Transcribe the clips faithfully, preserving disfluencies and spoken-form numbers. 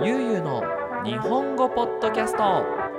ゆうゆうの日本語ポッドキャスト。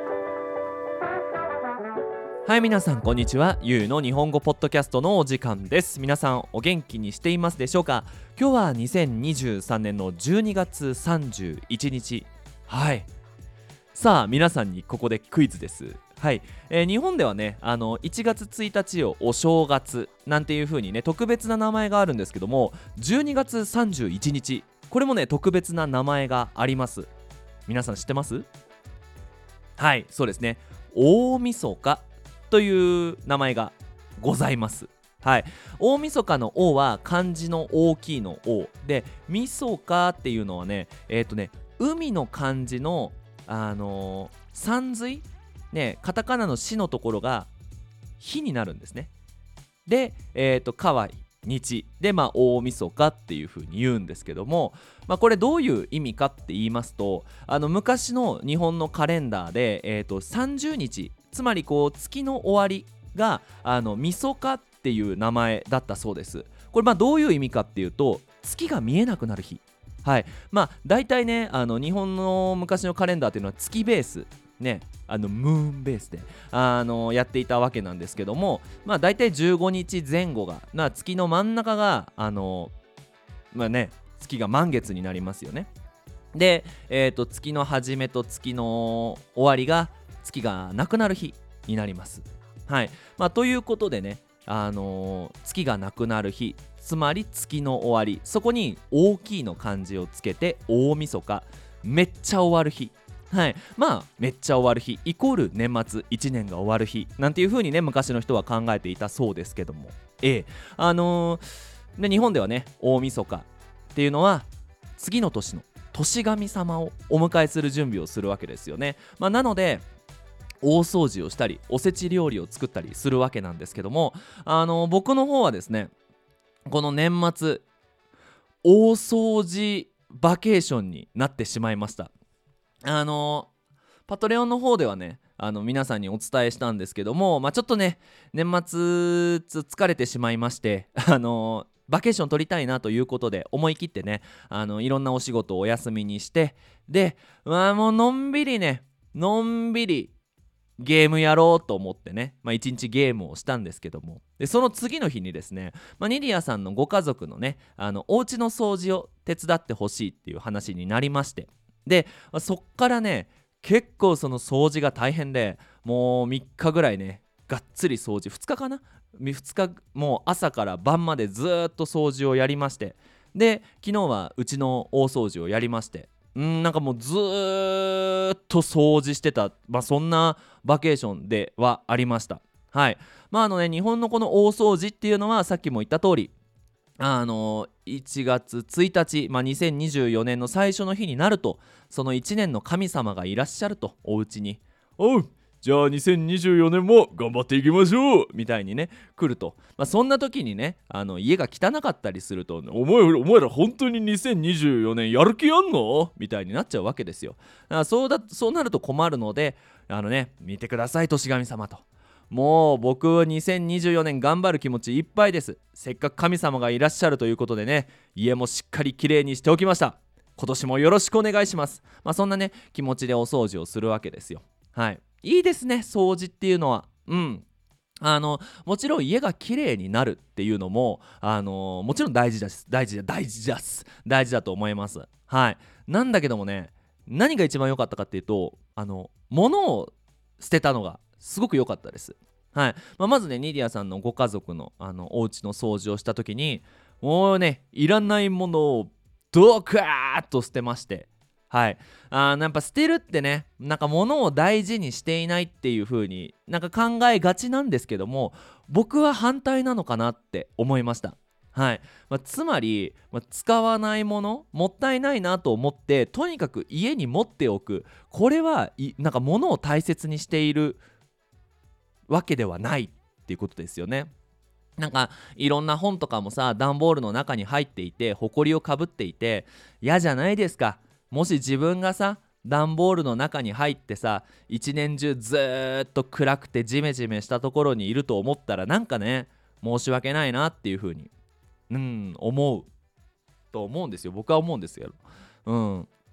はい、皆さんこんにちは。ゆうゆうの日本語ポッドキャストのお時間です。皆さんお元気にしていますでしょうか。今日はにせんにじゅうさんねんのじゅうにがつさんじゅういちにち。はい、さあ皆さんにここでクイズです。はい、えー、日本ではねあのいちがつついたちをお正月なんていう風にね特別な名前があるんですけども、じゅうにがつさんじゅういちにちこれもね特別な名前があります。皆さん知ってます？はい、そうですね、大晦日という名前がございます。はい、大晦日の大は漢字の大きいの大で、晦日っていうのはねえっ、ー、とね海の漢字のあのー、山水ね、カタカナのしのところが日になるんですね。で、えーと、かは日で、まあ、大晦日っていう風に言うんですけども、まあ、これどういう意味かって言いますと、あの昔の日本のカレンダーで、えーと、さんじゅうにち、つまりこう月の終わりがあの晦日っていう名前だったそうです。これまあどういう意味かっていうと、月が見えなくなる日。はい、まあ大体ねあの日本の昔のカレンダーっていうのは月ベースね、あのムーンベースであのやっていたわけなんですけども、まあ大体じゅうごにちぜん後がな月の真ん中があのまあね月が満月になりますよね。で、えーと月の始めと月の終わりが月がなくなる日になります。はい、まあということでねあのー月がなくなる日、つまり月の終わり、そこに大きいの漢字をつけて大晦日、めっちゃ終わる日。はい、まあめっちゃ終わる日イコール年末いちねんが終わる日なんていう風にね昔の人は考えていたそうですけども、ええあのー、で日本ではね大晦日っていうのは次の年の年神様をお迎えする準備をするわけですよね。まあ、なので大掃除をしたりおせち料理を作ったりするわけなんですけども、あのー、僕の方はですねこの年末大掃除バケーションになってしまいました。あのパトレオンの方ではねあの皆さんにお伝えしたんですけども、まあ、ちょっとね年末疲れてしまいましてあのバケーション取りたいなということで思い切ってねあのいろんなお仕事をお休みにして、で、まあ、もうのんびりねのんびりゲームやろうと思ってね、まあ、一日ゲームをしたんですけども、でその次の日にですね、まあ、ニディアさんのご家族のねあのお家の掃除を手伝ってほしいっていう話になりまして、でそっからね結構その掃除が大変で、もうみっかぐらいねがっつり掃除、ふつかかなふつかもう朝から晩までずーっと掃除をやりまして、で昨日はうちの大掃除をやりまして、んなんかもうずーっと掃除してた、まあ、そんなバケーションではありました。はい、まああのね日本のこの大掃除っていうのはさっきも言った通りあのいちがつついたち、まあ、にせんにじゅうよねんの最初の日になるとそのいちねんの神様がいらっしゃると、お家におうじゃあにせんにじゅうよねんも頑張っていきましょうみたいにね来ると、まあ、そんな時にねあの家が汚かったりすると、お前お前ら本当ににせんにじゅうよねんやる気あんのみたいになっちゃうわけですよ。だからそうだそうなると困るので、あのね見てください年神様と、もう僕はにせんにじゅうよねん頑張る気持ちいっぱいです。せっかく神様がいらっしゃるということでね家もしっかりきれいにしておきました。今年もよろしくお願いします。まあそんなね気持ちでお掃除をするわけですよ。はい、いいですね掃除っていうのは。うんあのもちろん家がきれいになるっていうのもあのもちろん大事です大事だ大事です大事だと思います。はい、なんだけどもね何が一番良かったかっていうと、あの物を捨てたのがすごく良かったです。はい、まあ、まずねニディアさんのご家族のあのお家の掃除をした時に、もうねいらないものをドカーッと捨てまして、はい、あーやっぱ捨てるってねなんか物を大事にしていないっていう風になんか考えがちなんですけども、僕は反対なのかなって思いました。はい、まあ、つまり、まあ、使わないものもったいないなと思ってとにかく家に持っておく、これはいなんか物を大切にしているわけではないっていうことですよね。なんかいろんな本とかもさ段ボールの中に入っていて埃をかぶっていて嫌じゃないですか。もし自分がさ段ボールの中に入ってさ一年中ずーっと暗くてジメジメしたところにいると思ったらなんかね申し訳ないなっていう風にうん思うと思うんですよ。僕は思うんですよ。うん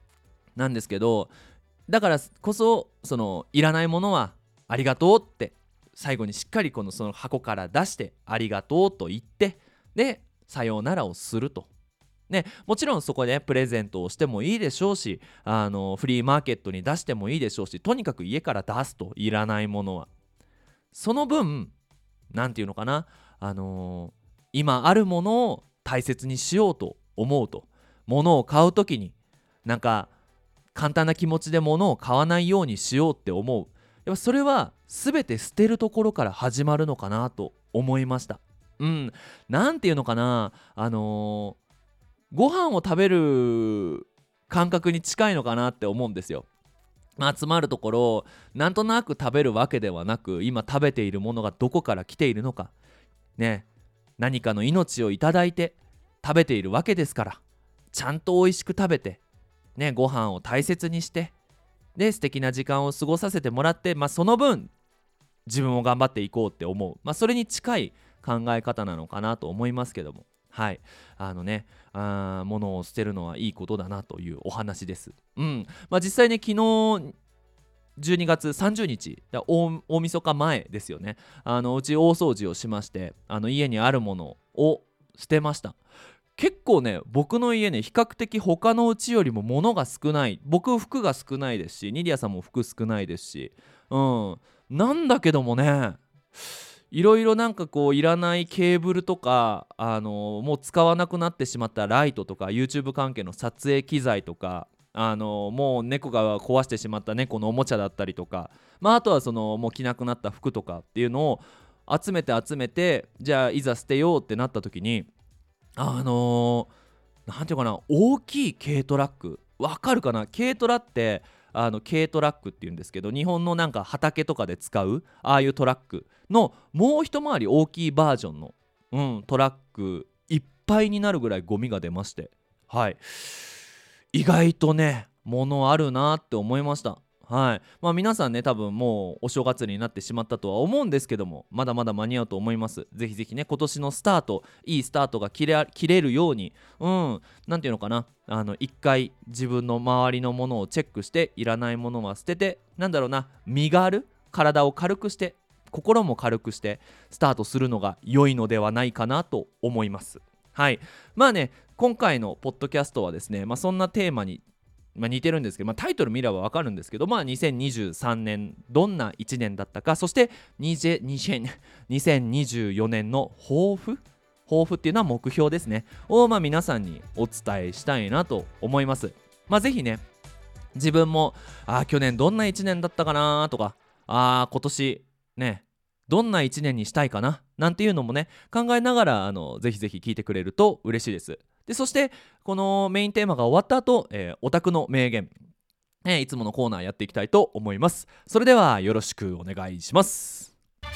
なんですけど、だからこそそのいらないものはありがとうって最後にしっかりこのその箱から出してありがとうと言って、でさようならをするとね。もちろんそこでプレゼントをしてもいいでしょうし、あのフリーマーケットに出してもいいでしょうし、とにかく家から出すと、いらないものはその分なんていうのかな、あのー今あるものを大切にしようと思うと、物を買うときになんか簡単な気持ちで物を買わないようにしようって思う。やっぱそれは全て捨てるところから始まるのかなと思いました。うん、なんていうのかな、あのーご飯を食べる感覚に近いのかなって思うんですよ。まあ、集まるところなんとなく食べるわけではなく、今食べているものがどこから来ているのかね、何かの命をいただいて食べているわけですから、ちゃんと美味しく食べてね、ご飯を大切にして、で素敵な時間を過ごさせてもらって、まあ、その分自分も頑張っていこうって思う、まあ、それに近い考え方なのかなと思いますけども、はい、あのね、あー物を捨てるのはいいことだなというお話です。うん、まあ、実際ね、昨日じゅうにがつさんじゅうにちだ、大大晦日前ですよね。あのうち大掃除をしまして、あの家にあるものを捨てました。結構ね、僕の家ね、比較的他のうちよりも物が少ない。僕服が少ないですし、ニディアさんも服少ないですし、うんなんだけどもね、いろいろなんかこういらないケーブルとか、あのもう使わなくなってしまったライトとか YouTube 関係の撮影機材とか、あのもう猫が壊してしまった猫のおもちゃだったりとか、まあ、あとはそのもう着なくなった服とかっていうのを集めて集めて、じゃあいざ捨てようってなった時に、あのー、なんていうかな、大きい軽トラックわかるかな。軽トラってあの軽トラックっていうんですけど、日本のなんか畑とかで使うああいうトラックのもう一回り大きいバージョンの、うん、トラックいっぱいになるぐらいゴミが出まして、はい、意外とね物あるなって思いました。はい、まあ皆さんね、多分もうお正月になってしまったとは思うんですけども、まだまだ間に合うと思います。ぜひぜひね、今年のスタート、いいスタートが切れ切れるように、うんなんていうのかな、あの一回自分の周りのものをチェックして、いらないものは捨てて、なんだろうな、身軽、体を軽くして心も軽くしてスタートするのが良いのではないかなと思います。はい、まあね、今回のポッドキャストはですね、まあ、そんなテーマに、まあ、似てるんですけど、まあ、タイトル見ればわかるんですけど、まあ、にせんにじゅうさんねんどんないちねんだったか、そしてにせんにじゅうよねんの抱負抱負っていうのは目標ですねを、まあ、皆さんにお伝えしたいなと思います。まあ、ぜひね、自分もあ去年どんないちねんだったかなとか、あ今年ねどんないちねんにしたいかななんていうのもね考えながら、あのぜひぜひ聞いてくれると嬉しいです。でそしてこのメインテーマが終わった後、えー、オタクの名言、えーいつものコーナーやっていきたいと思います。それではよろしくお願いします。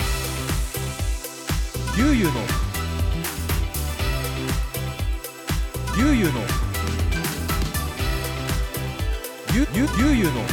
ゆうゆうのゆうゆうのゆゆゆうゆうの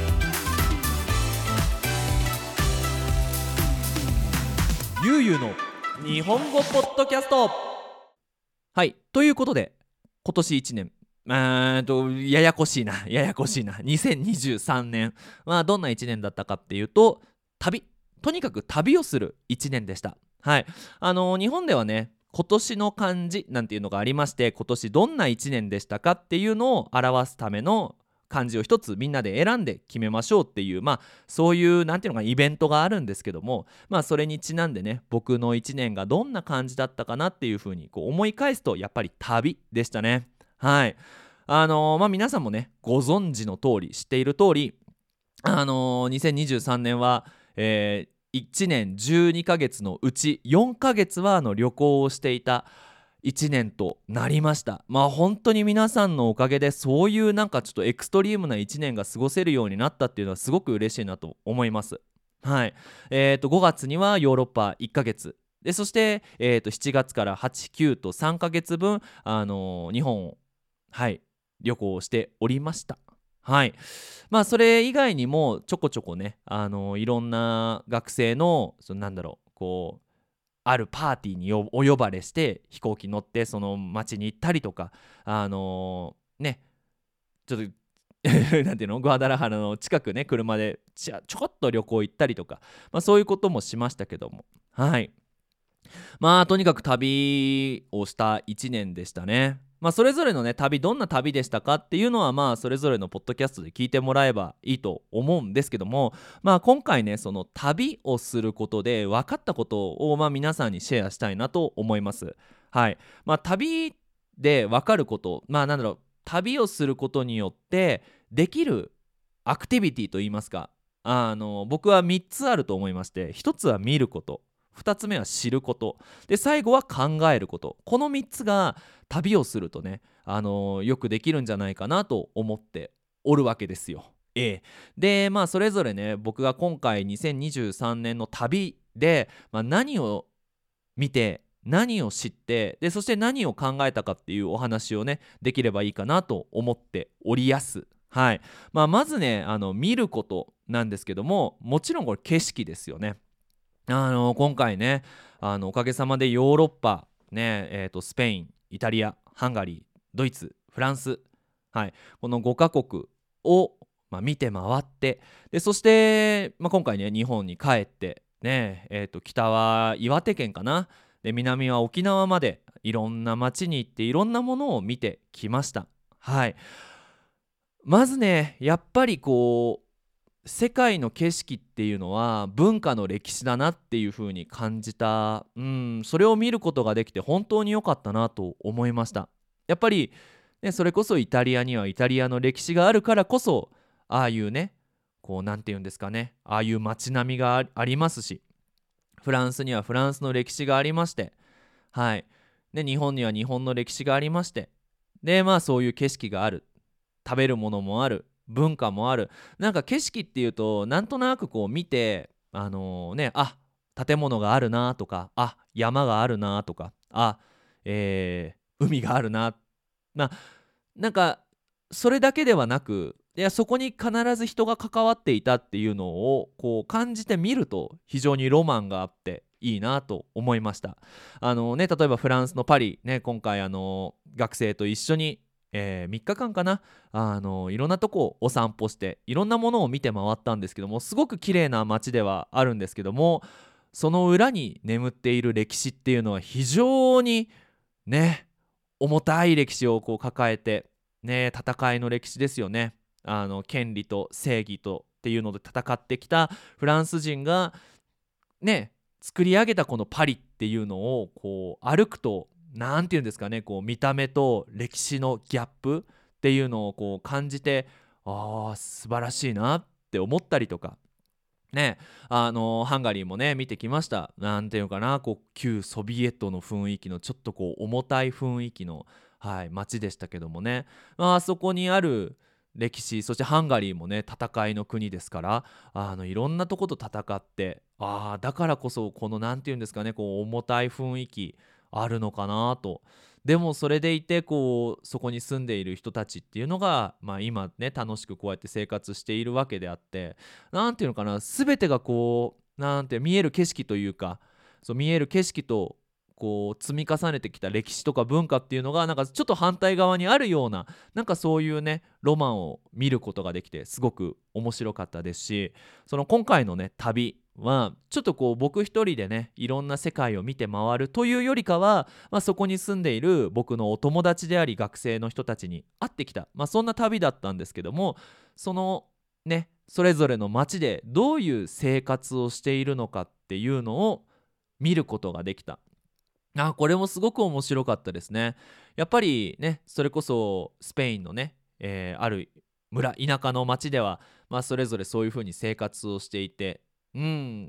ゆうゆうの日本語ポッドキャスト。はい、ということで今年いちねん、えーとややこしいなややこしいなにせんにじゅうさんねんはどんないちねんだったかっていうと、旅とにかく旅をするいちねんでした。はい、あのー日本ではね、今年の漢字なんていうのがありまして、今年どんないちねんでしたかっていうのを表すための漢字を一つみんなで選んで決めましょうっていう、まあそういうなんていうのかイベントがあるんですけども、まあそれにちなんでね、僕のいちねんがどんな感じだったかなっていう風にこう思い返すと、やっぱり旅でしたね。はい、あのーまあ皆さんもねご存知の通り、知っている通り、あのーにせんにじゅうさんねんは、えーいちねんじゅうにかげつのうちよんかげつはあの旅行をしていたいちねんとなりました。まあ本当に皆さんのおかげで、そういうなんかちょっとエクストリームないちねんが過ごせるようになったっていうのはすごく嬉しいなと思います。はい、えー、とごがつにはヨーロッパいっかげつで、そして、えー、としちがつからはち、きゅうとさんかげつぶん、あのー日本を、はい、旅行をしておりました。はい、まあそれ以外にもちょこちょこね、あのーいろんな学生のそのなんだろうこうあるパーティーにお呼ばれして飛行機乗ってその街に行ったりとか、あのーねちょっとなんていうの、グアダラハラの近くね、車でちょちょこっと旅行行ったりとか、まあ、そういうこともしましたけども、はい。まあとにかく旅をしたいちねんでしたね。まあそれぞれのね旅、どんな旅でしたかっていうのは、まあそれぞれのポッドキャストで聞いてもらえばいいと思うんですけども、まあ今回ね、その旅をすることで分かったことを、まあ皆さんにシェアしたいなと思います。はい。まあ旅で分かること、まあなんだろう、旅をすることによってできるアクティビティといいますか、あの僕はみっつあると思いまして、ひとつは見ること、ふたつめは知ること、で最後は考えること、このみっつが旅をするとね、あのーよくできるんじゃないかなと思っておるわけですよ。ええ、でまあそれぞれね、僕が今回にせんにじゅうさんねんの旅で、まあ、何を見て何を知って、でそして何を考えたかっていうお話をねできればいいかなと思っておりやす。はい。まあ、まずね、あの見ることなんですけども、もちろんこれ景色ですよね。あの今回ね、あのおかげさまでヨーロッパね、えーとスペイン、イタリア、ハンガリー、ドイツ、フランス、はい、このごカ国を、まあ、見て回って、でそして、まあ、今回ね日本に帰ってね、えーと北は岩手県かな、で南は沖縄までいろんな街に行っていろんなものを見てきました。はい。まずね、やっぱりこう世界の景色っていうのは文化の歴史だなっていう風に感じた。うん、それを見ることができて本当に良かったなと思いました。やっぱり、ね、それこそイタリアにはイタリアの歴史があるからこそ、ああいうね、こうなんて言うんですかね、ああいう街並みがあありますし、フランスにはフランスの歴史がありまして、はい。で、日本には日本の歴史がありまして、で、まあそういう景色がある。食べるものもある、文化もある。なんか景色っていうとなんとなくこう見て、あのーね、あ、建物があるなとか、あ、山があるなとか、あ、えー海があるな、まあなんかそれだけではなく、いやそこに必ず人が関わっていたっていうのをこう感じてみると、非常にロマンがあっていいなと思いました。あのね、例えばフランスのパリね、今回あの学生と一緒に、えー、みっかかんかな、あのいろんなとこをお散歩していろんなものを見て回ったんですけども、すごく綺麗な街ではあるんですけども、その裏に眠っている歴史っていうのは非常にね、重たい歴史をこう抱えてね、戦いの歴史ですよね。あの権利と正義とっていうので戦ってきたフランス人がね、作り上げたこのパリっていうのをこう歩くと、何て言うんですかね、こう見た目と歴史のギャップっていうのをこう感じて、ああ素晴らしいなって思ったりとかね、あのハンガリーもね見てきました。なんていうかな、こう旧ソビエトの雰囲気のちょっとこう重たい雰囲気の、はい、街でしたけどもね、まあそこにある歴史、そしてハンガリーもね戦いの国ですから、あのいろんなとこと戦って、ああだからこそこのなんていうんですかね、こう重たい雰囲気あるのかなと。でもそれでいてこうそこに住んでいる人たちっていうのが、まあ、今ね楽しくこうやって生活しているわけであって、なんていうのかな、全てがこうなんて見える景色というか、そう見える景色とこう積み重ねてきた歴史とか文化っていうのがなんかちょっと反対側にあるような、なんかそういうねロマンを見ることができてすごく面白かったですし、その今回のね旅はちょっとこう僕一人でねいろんな世界を見て回るというよりかは、まあ、そこに住んでいる僕のお友達であり学生の人たちに会ってきた、まあ、そんな旅だったんですけども、そのねそれぞれの街でどういう生活をしているのかっていうのを見ることができた。あ、これもすごく面白かったですね。やっぱりね、それこそスペインのね、えーある村、田舎の町では、まあ、それぞれそういう風に生活をしていて、うん、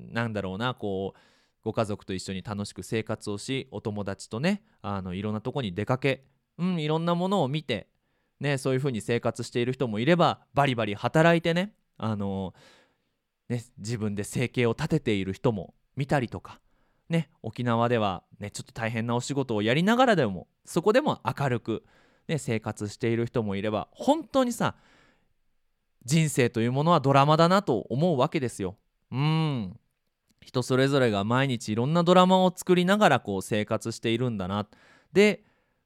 なんだろうな、こう、ご家族と一緒に楽しく生活をし、お友達とね、あのいろんなとこに出かけ、うん、いろんなものを見て、ね、そういう風に生活している人もいれば、バリバリ働いてね、あのね、自分で生計を立てている人も見たりとか、ね、沖縄では、ね、ちょっと大変なお仕事をやりながらでもそこでも明るく、ね、生活している人もいれば、本当にさ、人生というものはドラマだなと思うわけですよ。うーん、人それぞれが毎日いろんなドラマを作りながらこう生活しているんだな。で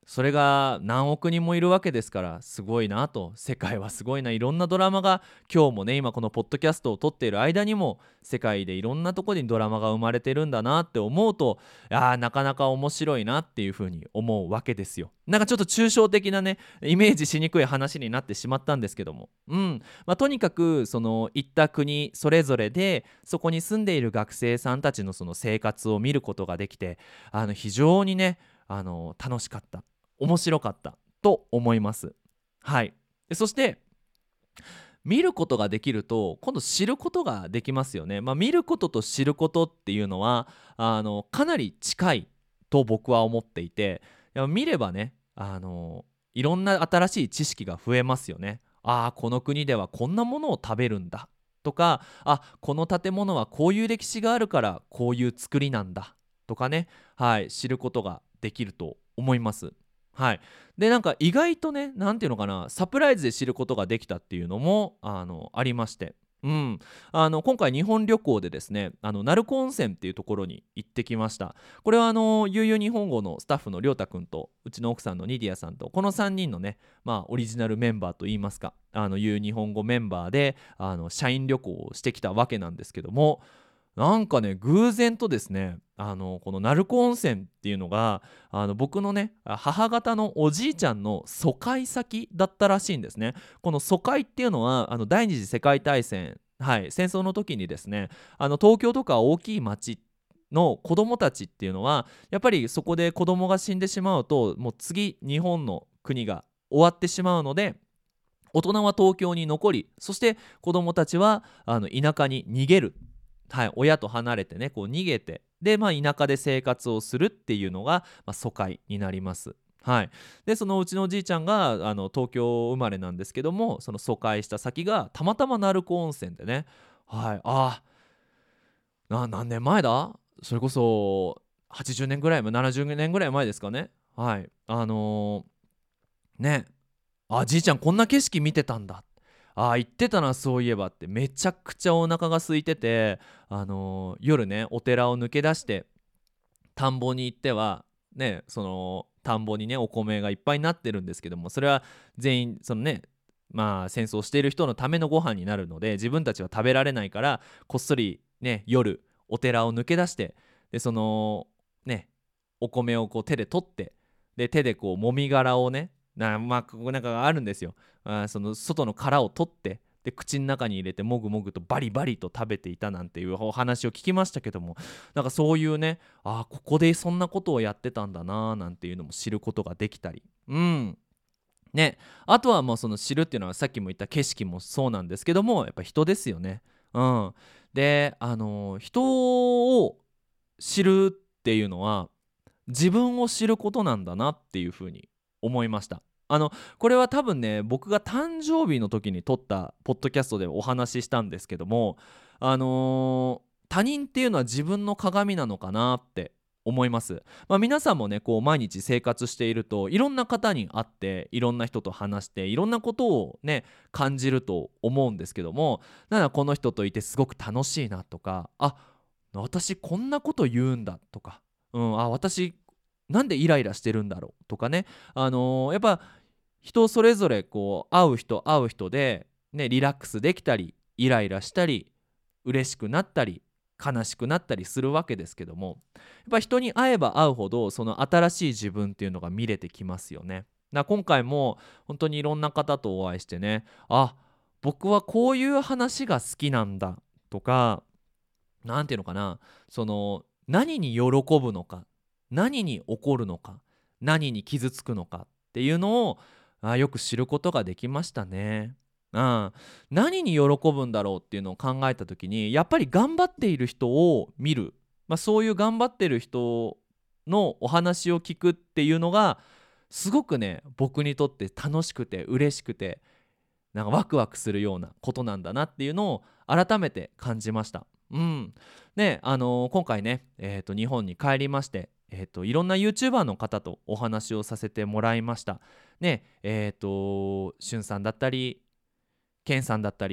それが何億人もいるわけですから、すごいなと。世界はすごいな。いろんなドラマが今日もね、今このポッドキャストを撮っている間にも世界でいろんなところにドラマが生まれてるんだなって思うと、あーなかなか面白いなっていうふうに思うわけですよ。なんかちょっと抽象的なねイメージしにくい話になってしまったんですけども、うんまあ、とにかくその行った国それぞれでそこに住んでいる学生さんたちのその生活を見ることができて、あの非常にねあの楽しかった、面白かったと思います。はい。でそして見ることができると今度知ることができますよね。まあ、見ることと知ることっていうのはあのかなり近いと僕は思っていて、いや見ればねあのいろんな新しい知識が増えますよね。ああこの国ではこんなものを食べるんだとか、あこの建物はこういう歴史があるからこういう作りなんだとかね、はい知ることができると思います。はい。でなんか意外とねなんていうのかな、サプライズで知ることができたっていうのもあのありまして、うん、あの今回日本旅行でですねあの鳴子温泉っていうところに行ってきました。これはあの悠々日本語のスタッフのりょうたくんとうちの奥さんのニディアさんとこのさんにんのね、まあ、オリジナルメンバーといいますか、あの悠々日本語メンバーであの社員旅行をしてきたわけなんですけども、なんかね偶然とですねあのこの鳴子温泉っていうのがあの僕のね母方のおじいちゃんの疎開先だったらしいんですね。この疎開っていうのはあの第二次世界大戦、はい、戦争の時にですねあの東京とか大きい町の子供たちっていうのはやっぱりそこで子供が死んでしまうともう次日本の国が終わってしまうので、大人は東京に残り、そして子供たちはあの田舎に逃げる、はい、親と離れてねこう逃げて、で、まあ、田舎で生活をするっていうのが、まあ、疎開になります。はい、でそのうちのおじいちゃんがあの東京生まれなんですけども、その疎開した先がたまたま鳴子温泉でね、はい、あな何年前だ、それこそはちじゅうねんぐらい前、ななじゅうねんぐらい前ですかね。はいあのーねあじいちゃんこんな景色見てたんだ、あ言ってたなそういえばって、めちゃくちゃお腹が空いてて、あのー夜ねお寺を抜け出して田んぼに行ってはね、その田んぼにねお米がいっぱいになってるんですけども、それは全員そのねまあ戦争している人のためのご飯になるので自分たちは食べられないから、こっそりね夜お寺を抜け出して、でそのねお米をこう手で取って、で手でこうもみ殻をねなまあここなんかがあるんですよ。あその外の殻を取って、で口の中に入れてもぐもぐとバリバリと食べていたなんていうお話を聞きましたけども、なんかそういうねあここでそんなことをやってたんだななんていうのも知ることができたり、うんね、あとはもうその知るっていうのはさっきも言った景色もそうなんですけども、やっぱ人ですよね。うん、であのー人を知るっていうのは自分を知ることなんだなっていうふうに思いました。あのこれは多分ね僕が誕生日の時に撮ったポッドキャストでお話ししたんですけども、あのー他人っていうのは自分の鏡なのかなって思います。まあ、皆さんもねこう毎日生活しているといろんな方に会っていろんな人と話していろんなことをね感じると思うんですけども、なんかこの人といてすごく楽しいなとか、あ私こんなこと言うんだとか、うん、あ私なんでイライラしてるんだろうとかね、あのーやっぱ人それぞれこう会う人会う人で、ね、リラックスできたりイライラしたり嬉しくなったり悲しくなったりするわけですけども、やっぱ人に会えば会うほどその新しい自分っていうのが見れてきますよね。な今回も本当にいろんな方とお会いしてね、あ僕はこういう話が好きなんだとか、なんていうのかな、その何に喜ぶのか何に怒るのか何に傷つくのかっていうのをあよく知ることができましたね。うん、何に喜ぶんだろうっていうのを考えた時にやっぱり頑張っている人を見る、まあ、そういう頑張ってる人のお話を聞くっていうのがすごくね僕にとって楽しくて嬉しくて、なんかワクワクするようなことなんだなっていうのを改めて感じました。うんねあのー今回ね、えー、と日本に帰りまして、えー、といろんな YouTuber の方とお話をさせてもらいました。ねえー、としゅんさんだったりケンさんだったり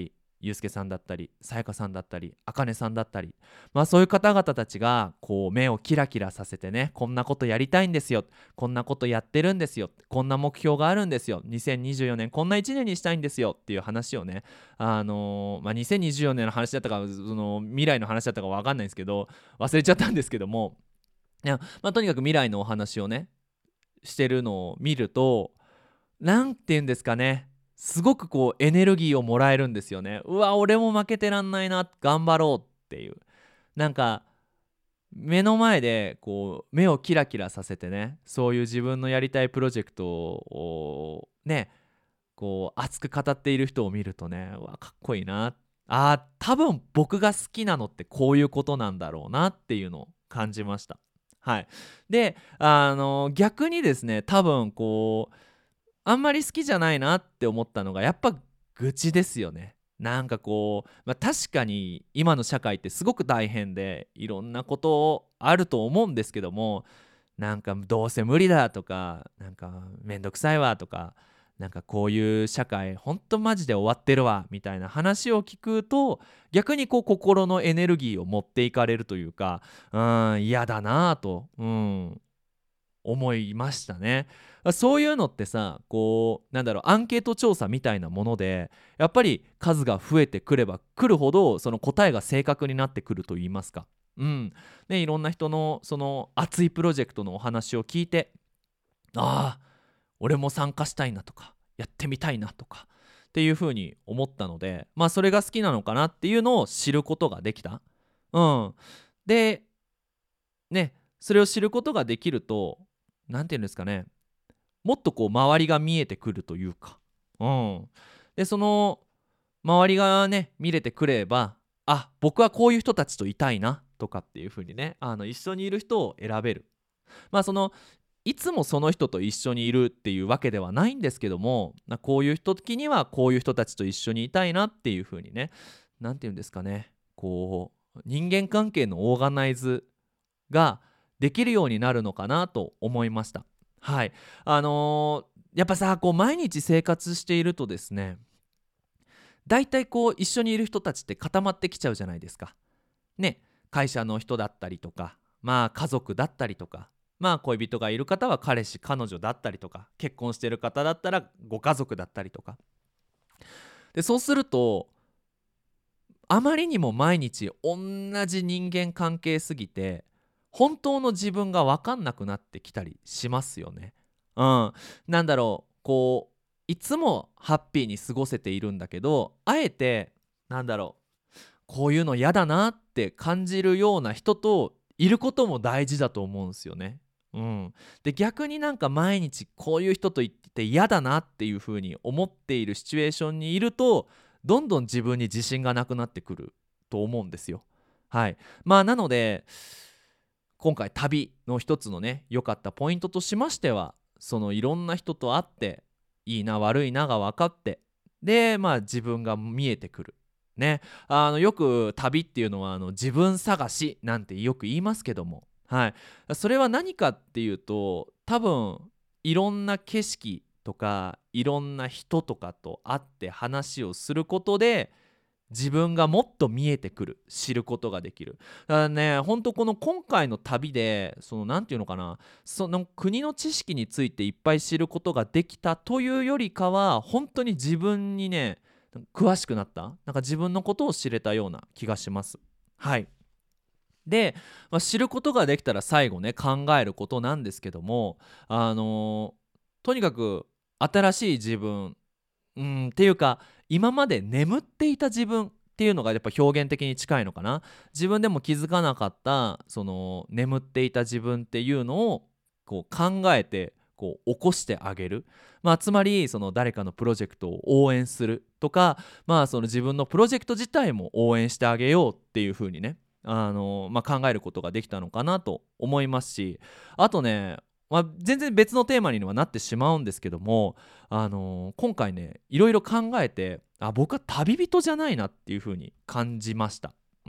ゆうすけさんだったりさやかさんだったりあかねさんだったり、まあそういう方々たちがこう目をキラキラさせてね、こんなことやりたいんですよ、こんなことやってるんですよ、こんな目標があるんですよ、にせんにじゅうよねんこんないちねんにしたいんですよっていう話をね、あのーまあ、にせんにじゅうよねんの話だったかその未来の話だったか分かんないんですけど、忘れちゃったんですけども、いや、まあ、とにかく未来のお話をねしてるのを見ると、なんて言うんですかね、すごくこうエネルギーをもらえるんですよね。うわ俺も負けてらんないな、頑張ろうっていう、なんか目の前でこう目をキラキラさせてね、そういう自分のやりたいプロジェクトをねこう熱く語っている人を見るとね、うわかっこいいな、あー多分僕が好きなのってこういうことなんだろうなっていうのを感じました。はい。であの逆にですね、多分こうあんまり好きじゃないなって思ったのがやっぱ愚痴ですよね。なんかこう、まあ、確かに今の社会ってすごく大変でいろんなことあると思うんですけども、なんかどうせ無理だとか、なんかめんどくさいわとか、なんかこういう社会ほんとマジで終わってるわみたいな話を聞くと、逆にこう心のエネルギーを持っていかれるというか、うん嫌だなぁと、うん思いましたね。そういうのってさ、こうなんだろう、アンケート調査みたいなものでやっぱり数が増えてくればくるほどその答えが正確になってくると言いますか。うんね、いろんな人のその熱いプロジェクトのお話を聞いて、ああ俺も参加したいなとかやってみたいなとかっていう風に思ったので、まあそれが好きなのかなっていうのを知ることができた。うんでね、それを知ることができると、なんていうんですかね、もっとこう周りが見えてくるというか、うん。で、その周りがね、見れてくれば、あ、僕はこういう人たちといたいなとかっていう風にね、あの一緒にいる人を選べる。まあそのいつもその人と一緒にいるっていうわけではないんですけども、なこういう時にはこういう人たちと一緒にいたいなっていう風にね、なんていうんですかね、こう人間関係のオーガナイズができるようになるのかなと思いました。はい。あのーやっぱさ、こう毎日生活しているとですね、だいたいこう一緒にいる人たちって固まってきちゃうじゃないですか。ね、会社の人だったりとか、まあ家族だったりとか、まあ恋人がいる方は彼氏彼女だったりとか、結婚している方だったらご家族だったりとか。でそうするとあまりにも毎日同じ人間関係すぎて本当の自分が分かんなくなってきたりしますよね。うん、なんだろうこういつもハッピーに過ごせているんだけど、あえてなんだろうこういうの嫌だなって感じるような人といることも大事だと思うんですよね。うん、で逆になんか毎日こういう人と言ってて嫌だなっていう風に思っているシチュエーションにいるとどんどん自分に自信がなくなってくると思うんですよ。はい。まあなので今回旅の一つのね良かったポイントとしましては、そのいろんな人と会っていいな悪いなが分かって、でまあ自分が見えてくる。ね、あのよく旅っていうのはあの自分探しなんてよく言いますけども、はい、それは何かっていうと多分いろんな景色とかいろんな人とかと会って話をすることで自分がもっと見えてくる、知ることができる。だからね、ほんとこの今回の旅でその何て言うのかな、その国の知識についていっぱい知ることができたというよりかは本当に自分にね詳しくなった、なんか自分のことを知れたような気がします。はい。で、まあ、知ることができたら最後ね考えることなんですけども、あのとにかく新しい自分うんっていうか今まで眠っていた自分っていうのがやっぱ表現的に近いのかな。自分でも気づかなかったその眠っていた自分っていうのをこう考えてこう起こしてあげる、まあ、つまりその誰かのプロジェクトを応援するとか、まあその自分のプロジェクト自体も応援してあげようっていう風にねあの、まあ、考えることができたのかなと思いますし、あとねまあ、全然別のテーマにはなってしまうんですけども、あのー今回ねいろいろ考えて、あ僕は旅人じゃないなっていう風に感じました。うん、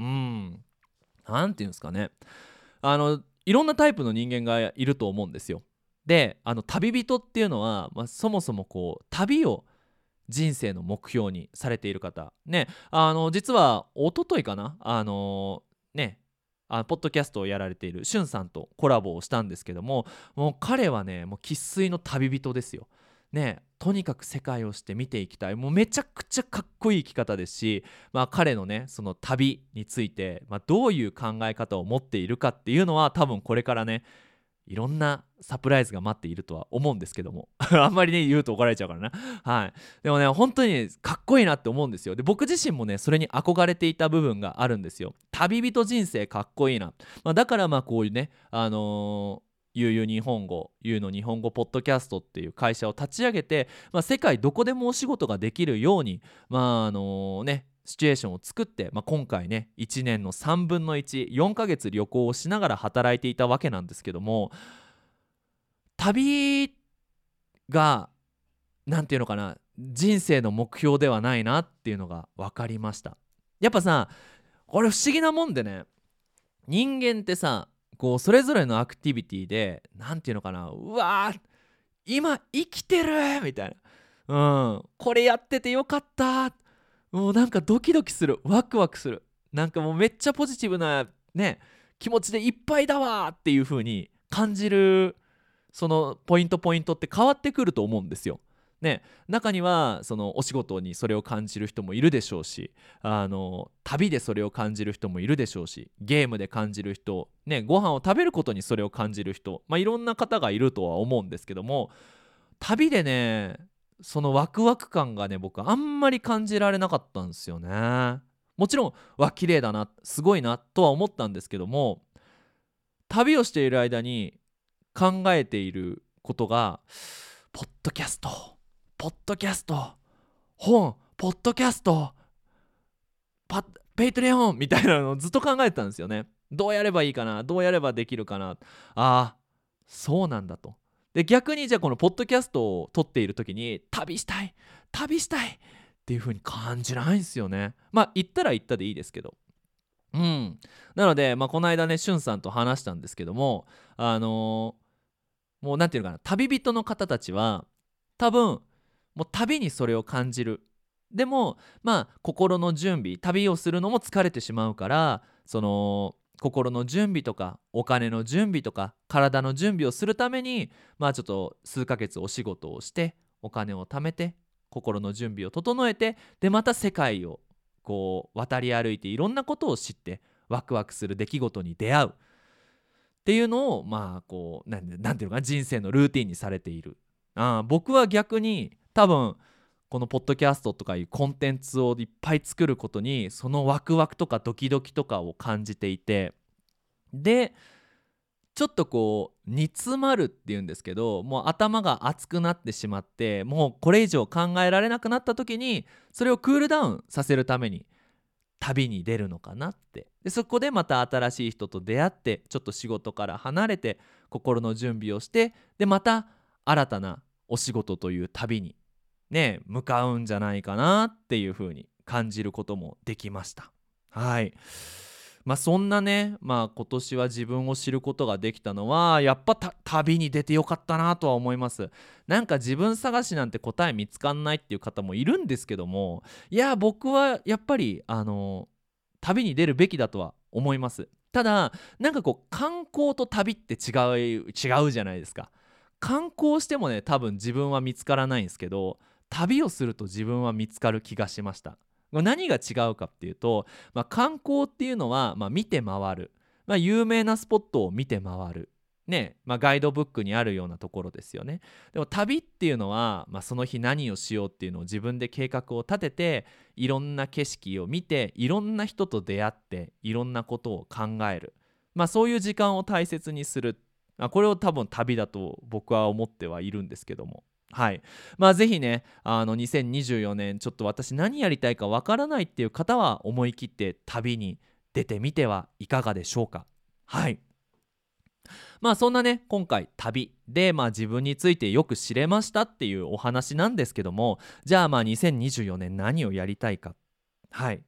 なんていうんですかね、あのいろんなタイプの人間がいると思うんですよ。であの旅人っていうのは、まあ、そもそもこう旅を人生の目標にされている方ね、あの実は一昨日かな、あのねあポッドキャストをやられているしゅんさんとコラボをしたんですけども、もう彼はねもう生粋の旅人ですよ。ね、とにかく世界をして見ていきたい、もうめちゃくちゃかっこいい生き方ですし、まあ、彼のねその旅について、まあ、どういう考え方を持っているかっていうのは多分これからねいろんなサプライズが待っているとは思うんですけどもあんまりね言うと怒られちゃうからなはい。でもね本当にねかっこいいなって思うんですよ。で僕自身もねそれに憧れていた部分があるんですよ。旅人人生かっこいいな、まあ、だからまあこういうねあのーゆうゆう日本語ゆうの日本語ポッドキャストっていう会社を立ち上げて、まあ、世界どこでもお仕事ができるようにまああのねシチュエーションを作って、まあ、今回ねいちねんのさんぶんのいち、よんかげつ旅行をしながら働いていたわけなんですけども、旅がなんていうのかな人生の目標ではないなっていうのが分かりました。やっぱさこれ不思議なもんでね、人間ってさこうそれぞれのアクティビティでなんていうのかな、うわー今生きてるみたいな、うんこれやっててよかった、もうなんかドキドキする、ワクワクする、なんかもうめっちゃポジティブなね気持ちでいっぱいだわっていう風に感じる、そのポイントポイントって変わってくると思うんですよ。ね、中にはそのお仕事にそれを感じる人もいるでしょうし、あの旅でそれを感じる人もいるでしょうし、ゲームで感じる人、ね、ご飯を食べることにそれを感じる人、まあ、いろんな方がいるとは思うんですけども、旅でねそのワクワク感がね僕あんまり感じられなかったんですよね。もちろんわ綺麗だなすごいなとは思ったんですけども、旅をしている間に考えていることがポッドキャストポッドキャスト本ポッドキャストパペイトレオンみたいなのをずっと考えてたんですよね。どうやればいいかな、どうやればできるかな、ああそうなんだと。で逆にじゃあこのポッドキャストを撮っている時に旅したい旅したいっていう風に感じないんですよね。まあ行ったら行ったでいいですけど、うんなので、まあ、この間ねしゅんさんと話したんですけども、あのーもうなんていうのかな、旅人の方たちは多分もう旅にそれを感じる。でもまあ心の準備、旅をするのも疲れてしまうから、その心の準備とかお金の準備とか体の準備をするためにまあちょっと数ヶ月お仕事をしてお金を貯めて心の準備を整えて、でまた世界をこう渡り歩いていろんなことを知ってワクワクする出来事に出会うっていうのをまあこうなんなんていうのかな、人生のルーティンにされている。あー僕は逆に多分このポッドキャストとかいうコンテンツをいっぱい作ることにそのワクワクとかドキドキとかを感じていて、でちょっとこう煮詰まるっていうんですけど、もう頭が熱くなってしまってもうこれ以上考えられなくなった時にそれをクールダウンさせるために旅に出るのかなって。でそこでまた新しい人と出会ってちょっと仕事から離れて心の準備をして、でまた新たなお仕事という旅にね向かうんじゃないかなっていう風に感じることもできました。はい。まあそんなね、まあ今年は自分を知ることができたのはやっぱた旅に出てよかったなとは思います。なんか自分探しなんて答え見つかんないっていう方もいるんですけども、いや僕はやっぱりあの旅に出るべきだとは思います。ただなんかこう観光と旅って違う違うじゃないですか。観光してもね多分自分は見つからないんですけど、旅をすると自分は見つかる気がしました。何が違うかっていうと、まあ、観光っていうのは、まあ、見て回る、まあ、有名なスポットを見て回るね、まあ、ガイドブックにあるようなところですよね。でも旅っていうのは、まあ、その日何をしようっていうのを自分で計画を立てて、いろんな景色を見ていろんな人と出会っていろんなことを考える、まあ、そういう時間を大切にする、まあ、これを多分旅だと僕は思ってはいるんですけども、はい。まあぜひね、あのにせんにじゅうよねんちょっと私何やりたいかわからないっていう方は思い切って旅に出てみてはいかがでしょうか。はい。まあそんなね今回旅でまあ自分についてよく知れましたっていうお話なんですけども、じゃあまあにせんにじゅうよねん何をやりたいか。はい。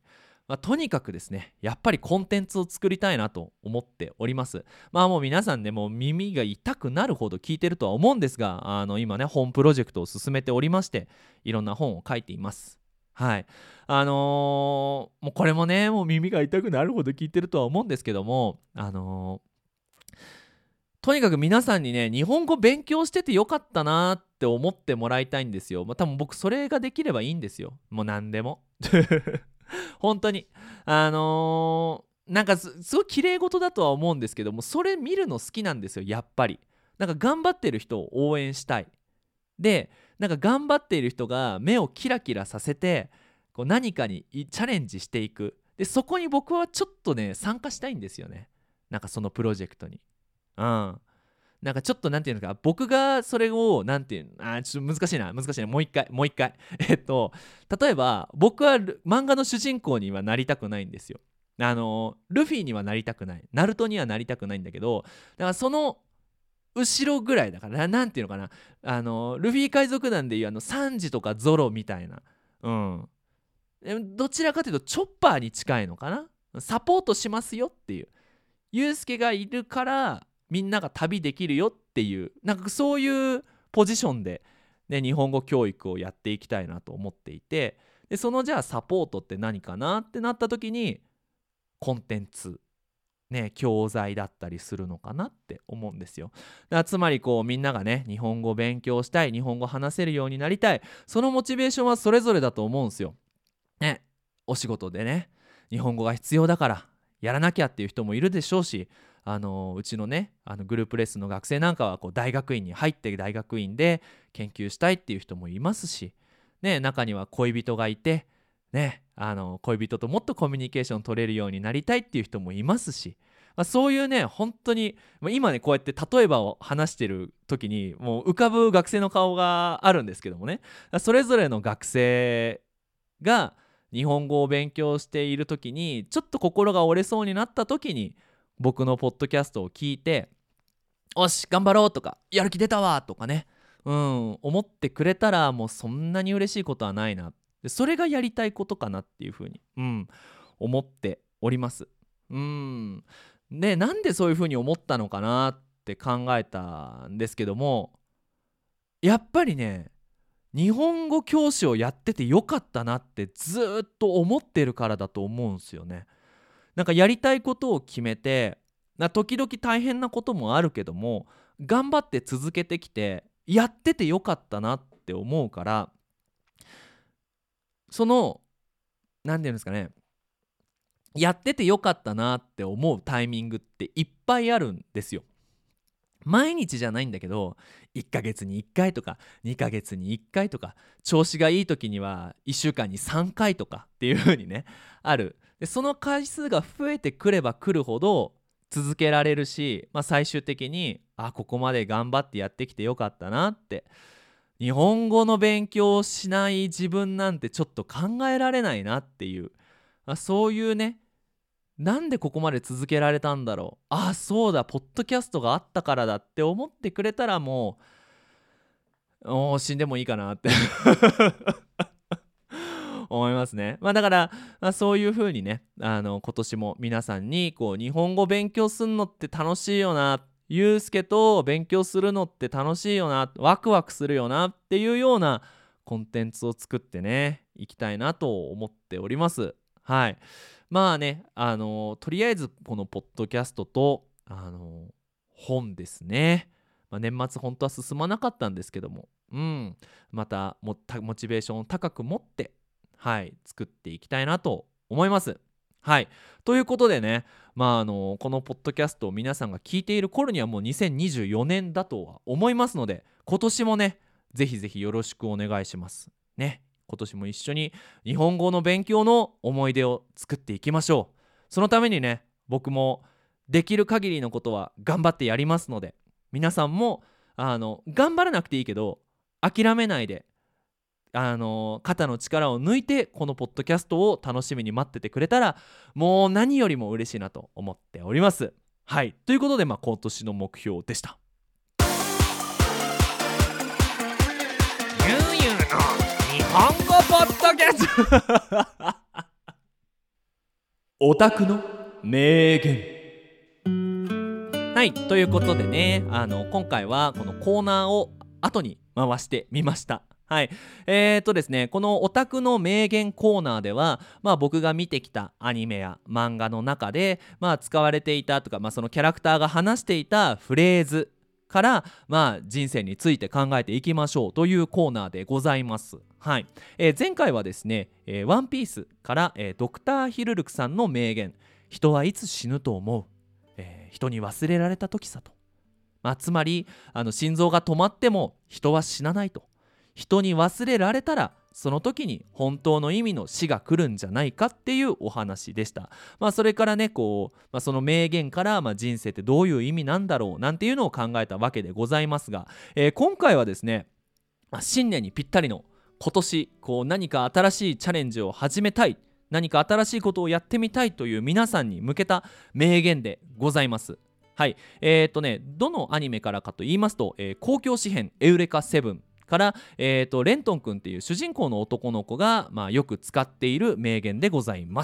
まあ、とにかくですねやっぱりコンテンツを作りたいなと思っております。まあもう皆さんねもう耳が痛くなるほど聞いてるとは思うんですが、あの今ね本プロジェクトを進めておりまして、いろんな本を書いています。はい。あのーもうこれもねもう耳が痛くなるほど聞いてるとは思うんですけども、あのーとにかく皆さんにね日本語勉強しててよかったなって思ってもらいたいんですよ。まあ多分僕それができればいいんですよ、もう何でも本当にあのーなんかすすごい綺麗事だとは思うんですけども、それ見るの好きなんですよやっぱり。なんか頑張ってる人を応援したい。でなんか頑張っている人が目をキラキラさせてこう何かにチャレンジしていく。でそこに僕はちょっとね参加したいんですよね、なんかそのプロジェクトに。うん。なんかちょっとなんていうのか、僕がそれをなんていうあーちょっと難しいな難しいなもう一回もう一回えっと例えば僕はル漫画の主人公にはなりたくないんですよ。あのルフィにはなりたくない、ナルトにはなりたくないんだけど、だからその後ろぐらいだからな、なんていうのかな、あのルフィ海賊団でいうあのサンジとかゾロみたいな、うんえどちらかというとチョッパーに近いのかな。サポートしますよっていう、ユウスケがいるからみんなが旅できるよっていう、なんかそういうポジションで、ね、日本語教育をやっていきたいなと思っていて、でそのじゃあサポートって何かなってなった時にコンテンツ、ね、教材だったりするのかなって思うんですよ。だからつまりこうみんながね日本語を勉強したい、日本語話せるようになりたい、そのモチベーションはそれぞれだと思うんですよ。ね、お仕事でね日本語が必要だからやらなきゃっていう人もいるでしょうし、あのうちのねあのグループレッスンの学生なんかはこう大学院に入って大学院で研究したいっていう人もいますし、ね、中には恋人がいて、ね、あの恋人ともっとコミュニケーション取れるようになりたいっていう人もいますし、まあ、そういうね本当にまあ今ねこうやって例えばを話してる時にもう浮かぶ学生の顔があるんですけどもね、それぞれの学生が日本語を勉強している時にちょっと心が折れそうになった時に僕のポッドキャストを聞いておし頑張ろうとかやる気出たわとかね、うん思ってくれたらもうそんなに嬉しいことはないな。でそれがやりたいことかなっていうふうに、うん、思っております。うんでなんでそういうふうに思ったのかなって考えたんですけども、やっぱりね日本語教師をやっててよかったなってずーっと思ってるからだと思うんすよね。なんかやりたいことを決めて、な時々大変なこともあるけども頑張って続けてきてやっててよかったなって思うから、その何て言うんですかね、やっててよかったなって思うタイミングっていっぱいあるんですよ。毎日じゃないんだけどいっかげつにいっかいとかにかげつにいっかいとか、調子がいい時にはいっしゅうかんにさんかいとかっていう風にねある。でその回数が増えてくればくるほど続けられるし、まあ、最終的にあここまで頑張ってやってきてよかったなって、日本語の勉強をしない自分なんてちょっと考えられないなっていう、まあ、そういうね、なんでここまで続けられたんだろう、ああそうだポッドキャストがあったからだって思ってくれたらもうおー死んでもいいかなって思いますね。まあだから、まあ、そういう風にねあの今年も皆さんにこう日本語勉強するのって楽しいよな、ゆうすけと勉強するのって楽しいよな、ワクワクするよなっていうようなコンテンツを作ってねいきたいなと思っております。はい。まあねあのとりあえずこのポッドキャストとあの本ですね、まあ、年末本当は進まなかったんですけども、うんまたもたモチベーションを高く持ってはい作っていきたいなと思います。はい。ということでね、まああのこのポッドキャストを皆さんが聞いている頃にはもうにせんにじゅうよねんだとは思いますので、今年もねぜひぜひよろしくお願いしますね。今年も一緒に日本語の勉強の思い出を作っていきましょう。そのためにね僕もできる限りのことは頑張ってやりますので、皆さんもあの頑張らなくていいけど諦めないで、あの肩の力を抜いてこのポッドキャストを楽しみに待っててくれたらもう何よりも嬉しいなと思っております。はい。ということで、まあ、今年の目標でした。ゆうゆうの日本語ポッドキャストオタクの名言。はい、ということでね、あの今回はこのコーナーを後に回してみました。はい、えーとですねこのオタクの名言コーナーでは、まあ、僕が見てきたアニメや漫画の中で、まあ、使われていたとか、まあ、そのキャラクターが話していたフレーズから、まあ、人生について考えていきましょうというコーナーでございます。はい、えー前回はですね、えーワンピースから、えードクターヒルルクさんの名言、人はいつ死ぬと思う、えー人に忘れられた時さと、まあ、つまりあの心臓が止まっても人は死なないと、人に忘れられたらその時に本当の意味の死が来るんじゃないかっていうお話でした。まあ、それからねこう、まあ、その名言から、まあ、人生ってどういう意味なんだろうなんていうのを考えたわけでございますが、えー今回はですね、まあ、新年にぴったりの今年こう何か新しいチャレンジを始めたい、何か新しいことをやってみたいという皆さんに向けた名言でございます。はい、えー、っとねどのアニメからかと言いますと、えー、公共詩編エウレカセブンから、えー、とレントン君っていう主人公の男の子が、まあ、よく使っている名言でございます。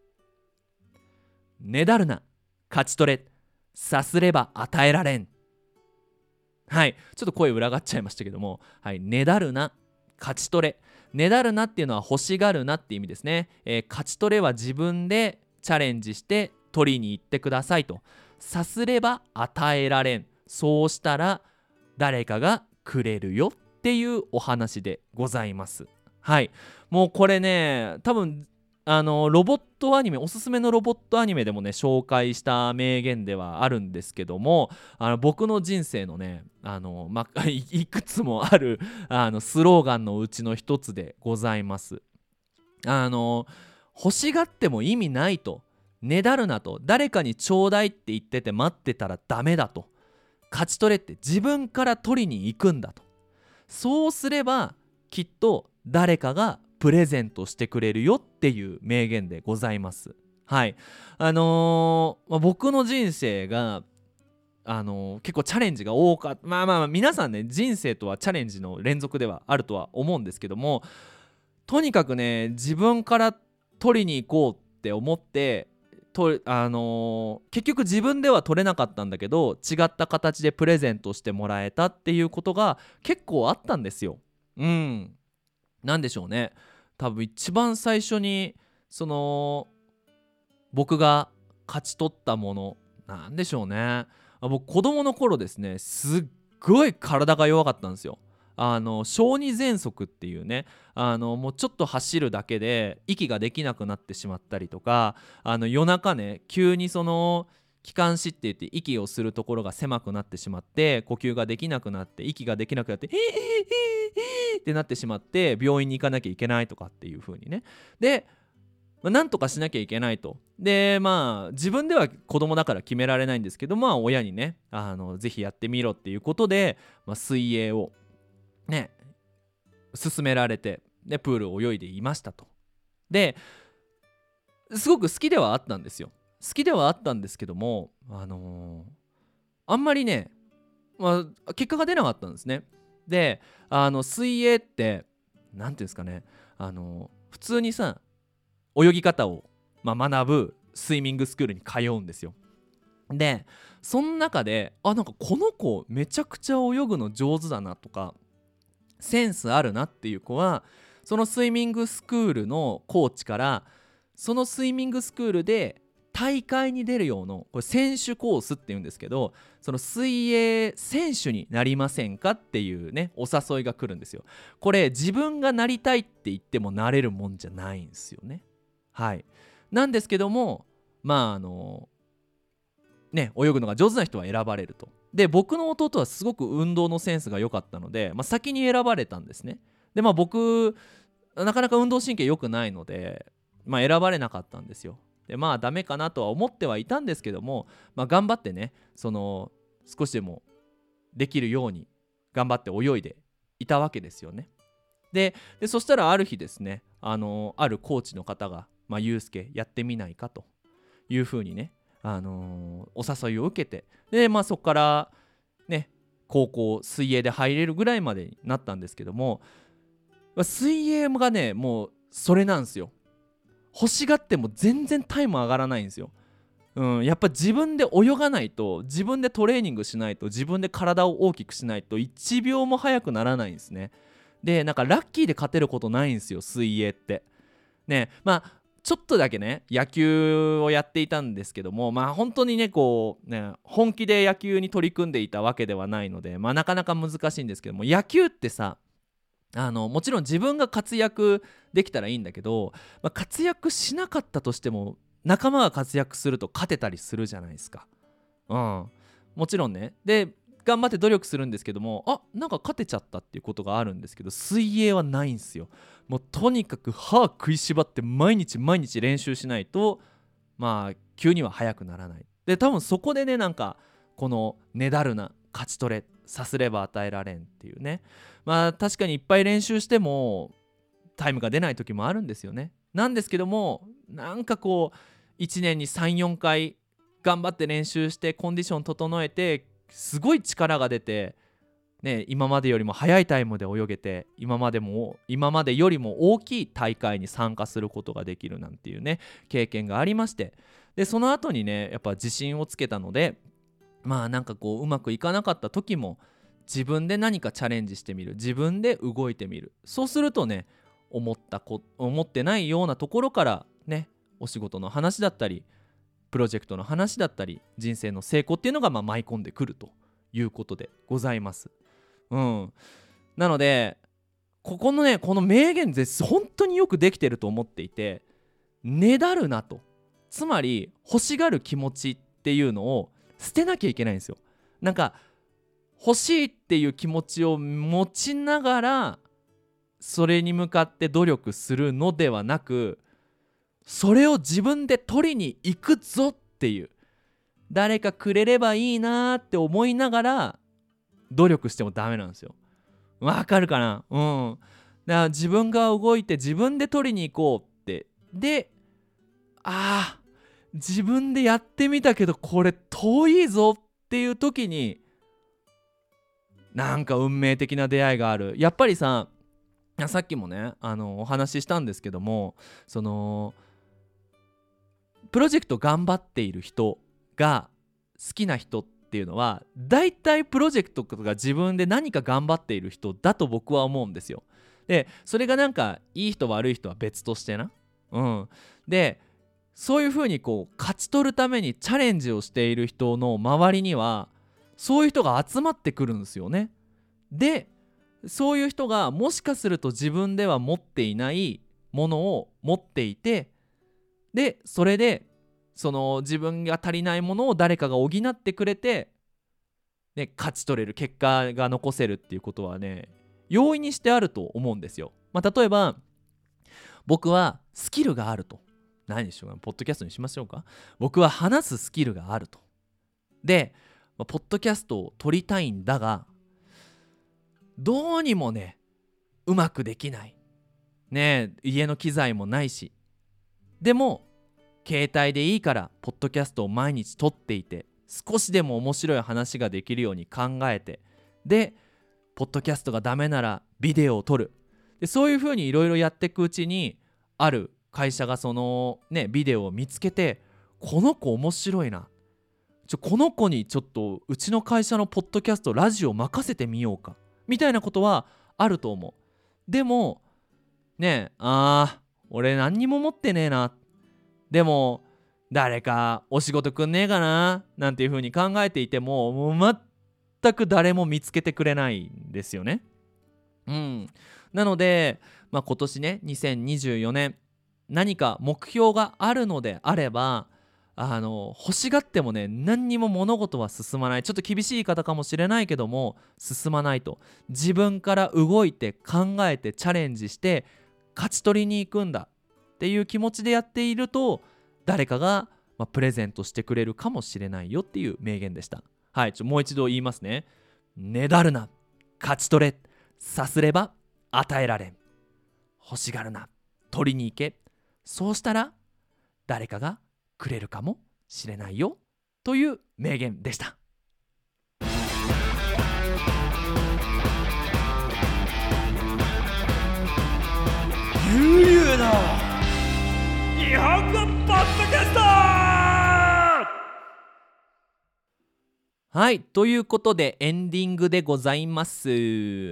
ねだるな、勝ち取れ、さすれば与えられん。はい、ちょっと声裏がっちゃいましたけども、はい、ねだるな、勝ち取れ。ねだるなっていうのは欲しがるなって意味ですね。えー勝ち取れは自分でチャレンジして取りに行ってくださいと。さすれば与えられん。そうしたら誰かがくれるよっていうお話でございます。はい、もうこれね多分あのロボットアニメ、おすすめのロボットアニメでもね紹介した名言ではあるんですけども、あの僕の人生のねあの、ま、いいくつもあるあのスローガンのうちの一つでございます。あの欲しがっても意味ないと、ねだるなと、誰かにちょうだいって言ってて待ってたらダメだと、勝ち取れって自分から取りに行くんだと、そうすればきっと誰かがプレゼントしてくれるよっていう名言でございます。はい、あのーまあ僕の人生があのー結構チャレンジが多かった、まあまあまあ皆さんね人生とはチャレンジの連続ではあるとは思うんですけども、とにかくね自分から取りに行こうって思ってと、あのー結局自分では取れなかったんだけど違った形でプレゼントしてもらえたっていうことが結構あったんですよ。うん、なんでしょうね、多分一番最初にその僕が勝ち取ったものなんでしょうね。あ僕子供の頃ですねすっごい体が弱かったんですよ。あの小児喘息っていうね、あのもうちょっと走るだけで息ができなくなってしまったりとか、あの夜中ね急にその気管支って言って息をするところが狭くなってしまって呼吸ができなくなって息ができなくなってヒーヒーヒーヒーってなってしまって病院に行かなきゃいけないとかっていう風にね。でまあ、なんとかしなきゃいけないと。でまあ自分では子供だから決められないんですけど、まあ親にねあのぜひやってみろっていうことで、まあ、水泳をね勧められて、でプールを泳いでいましたと。ですごく好きではあったんですよ。好きではあったんですけども、あのーあんまりね、まあ、結果が出なかったんですね。であの水泳ってなんていうんですかね、あの普通にさ泳ぎ方を、まあ、学ぶスイミングスクールに通うんですよ。でその中であなんかこの子めちゃくちゃ泳ぐの上手だなとかセンスあるなっていう子はそのスイミングスクールのコーチからそのスイミングスクールで大会に出るようなこれ選手コースっていうんですけど、その水泳選手になりませんかっていうねお誘いが来るんですよ。これ自分がなりたいって言ってもなれるもんじゃないんですよね。はい、なんですけどもまああのね泳ぐのが上手な人は選ばれると。で僕の弟はすごく運動のセンスが良かったので、まあ、先に選ばれたんですね。でまあ僕なかなか運動神経良くないので、まあ、選ばれなかったんですよ。でまあダメかなとは思ってはいたんですけども、まあ、頑張ってねその少しでもできるように頑張って泳いでいたわけですよね。ででそしたらある日ですね、あのあるコーチの方が「まあ、ゆうすけやってみないか」というふうにね、あのーお誘いを受けて、でまあそこからね高校水泳で入れるぐらいまでになったんですけども、まあ水泳がねもうそれなんですよ。 欲しがっても全然タイム上がらないんですよ。うん、やっぱ自分で泳がないと、自分でトレーニングしないと、自分で体を大きくしないといちびょうも速くならないんですね。でなんかラッキーで勝てることないんですよ、水泳ってね。まあちょっとだけね野球をやっていたんですけども、まあ本当にねこうね本気で野球に取り組んでいたわけではないので、まあなかなか難しいんですけども、野球ってさ、あのもちろん自分が活躍できたらいいんだけど、まあ、活躍しなかったとしても仲間が活躍すると勝てたりするじゃないですか。うん、もちろんね。で頑張って努力するんですけども、あなんか勝てちゃったっていうことがあるんですけど、水泳はないんですよ。もうとにかく歯食いしばって毎日毎日練習しないと、まあ急には速くならない。で多分そこでね、なんかこのねだるな、勝ち取れ、さすれば与えられんっていうね、まあ確かにいっぱい練習してもタイムが出ない時もあるんですよね。なんですけども、なんかこういちねんにさん、よんかい頑張って練習してコンディション整えて、すごい力が出て、ね、今までよりも速いタイムで泳げて、今までも今までよりも大きい大会に参加することができるなんていうね経験がありまして、でその後にねやっぱ自信をつけたので、まあなんかこううまくいかなかった時も自分で何かチャレンジしてみる、自分で動いてみる。そうするとね、思ったこ思ってないようなところからね、お仕事の話だったりプロジェクトの話だったり人生の成功っていうのがまあ舞い込んでくるということでございます。うん、なのでここのねこの名言です本当によくできてると思っていて、ねだるなと、つまり欲しがる気持ちっていうのを捨てなきゃいけないんですよ。なんか欲しいっていう気持ちを持ちながらそれに向かって努力するのではなく、それを自分で取りに行くぞっていう、誰かくれればいいなって思いながら努力してもダメなんですよ。わかるかな？うん。だから自分が動いて自分で取りに行こうって、で、ああ自分でやってみたけどこれ遠いぞっていう時になんか運命的な出会いがある。やっぱりさ、さっきもねあのお話ししたんですけども、そのプロジェクト頑張っている人が好きな人っていうのはだいたいプロジェクトが自分で何か頑張っている人だと僕は思うんですよ。でそれがなんかいい人悪い人は別としてな、うん、でそういう風にこう勝ち取るためにチャレンジをしている人の周りにはそういう人が集まってくるんですよね。でそういう人がもしかすると自分では持っていないものを持っていて、でそれでその自分が足りないものを誰かが補ってくれて、ね、勝ち取れる結果が残せるっていうことはね容易にしてあると思うんですよ。まあ、例えば僕はスキルがあると、何でしょうか、ポッドキャストにしましょうか。僕は話すスキルがあると。で、まあ、ポッドキャストを撮りたいんだがどうにもねうまくできないね、家の機材もないし、でも携帯でいいからポッドキャストを毎日撮っていて、少しでも面白い話ができるように考えて、でポッドキャストがダメならビデオを撮る。でそういう風にいろいろやっていくうちに、ある会社がそのねビデオを見つけて、この子面白いな、ちょこの子にちょっとうちの会社のポッドキャストラジオ任せてみようかみたいなことはあると思う。でもねえ、あー俺何にも持ってねえな、でも誰かお仕事くんねえかななんていう風に考えていても、もう全く誰も見つけてくれないんですよね。うん。なので、まあ、今年ねにせんにじゅうよねん何か目標があるのであれば、あの欲しがってもね何にも物事は進まない。ちょっと厳しい言い方かもしれないけども進まないと。自分から動いて考えてチャレンジして勝ち取りに行くんだっていう気持ちでやっていると、誰かが、まあ、プレゼントしてくれるかもしれないよっていう名言でした。はい、ちょもう一度言いますね。ねだるな、勝ち取れ、さすれば与えられん。欲しがるな、取りに行け。そうしたら誰かがくれるかもしれないよという名言でした。ゆうゆうの日はい、ということでエンディングでございます。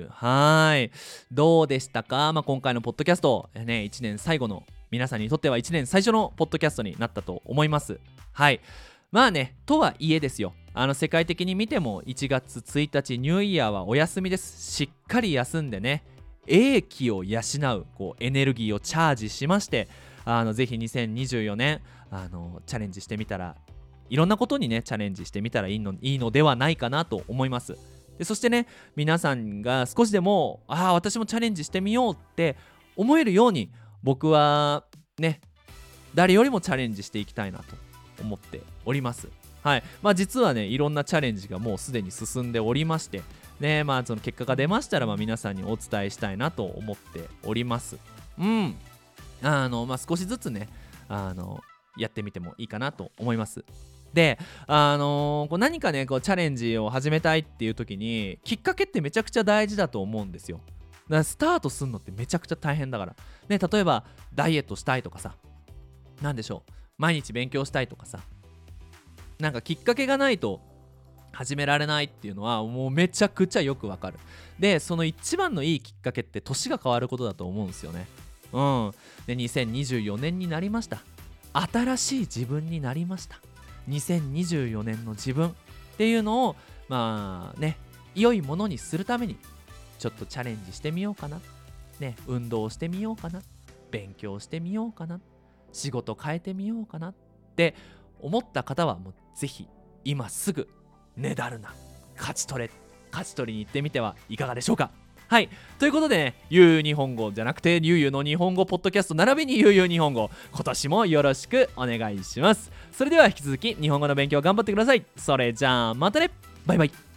はい、どうでしたか？まあ、今回のポッドキャスト、ね、いちねん最後の、皆さんにとってはいちねん最初のポッドキャストになったと思います。はい、まあね、とはいえですよ、あの世界的に見てもいちがつついたちニューイヤーはお休みです。しっかり休んでね、英気を養う、こうエネルギーをチャージしまして、あのぜひにせんにじゅうよねんあのチャレンジしてみたら、いろんなことにねチャレンジしてみたらいいのいいのではないかなと思います。でそしてね、皆さんが少しでもああ私もチャレンジしてみようって思えるように、僕はね誰よりもチャレンジしていきたいなと思っております。はい、まあ実はねいろんなチャレンジがもうすでに進んでおりましてね、まあその結果が出ましたら、まあ皆さんにお伝えしたいなと思っております。うんあのまあ少しずつねあのやってみてもいいかなと思います。で、あのーこう何かねこうチャレンジを始めたいっていう時にきっかけってめちゃくちゃ大事だと思うんですよ。だからスタートするのってめちゃくちゃ大変だからね。例えばダイエットしたいとかさ、なんでしょう、毎日勉強したいとかさ、なんかきっかけがないと始められないっていうのはもうめちゃくちゃよくわかる。でその一番のいいきっかけって年が変わることだと思うんですよね。うんでにせんにじゅうよねんになりました。新しい自分になりました。にせんにじゅうよねんの自分っていうのをまあね良いものにするためにちょっとチャレンジしてみようかな、ね、運動してみようかな、勉強してみようかな、仕事変えてみようかなって思った方はもうぜひ今すぐねだるな、勝ち取れ勝ち取りに行ってみてはいかがでしょうか。はい、ということでね、ゆう日本語じゃなくてゆうゆうの日本語ポッドキャスト並びにゆうゆう日本語、今年もよろしくお願いします。それでは引き続き日本語の勉強頑張ってください。それじゃあまたね、バイバイ。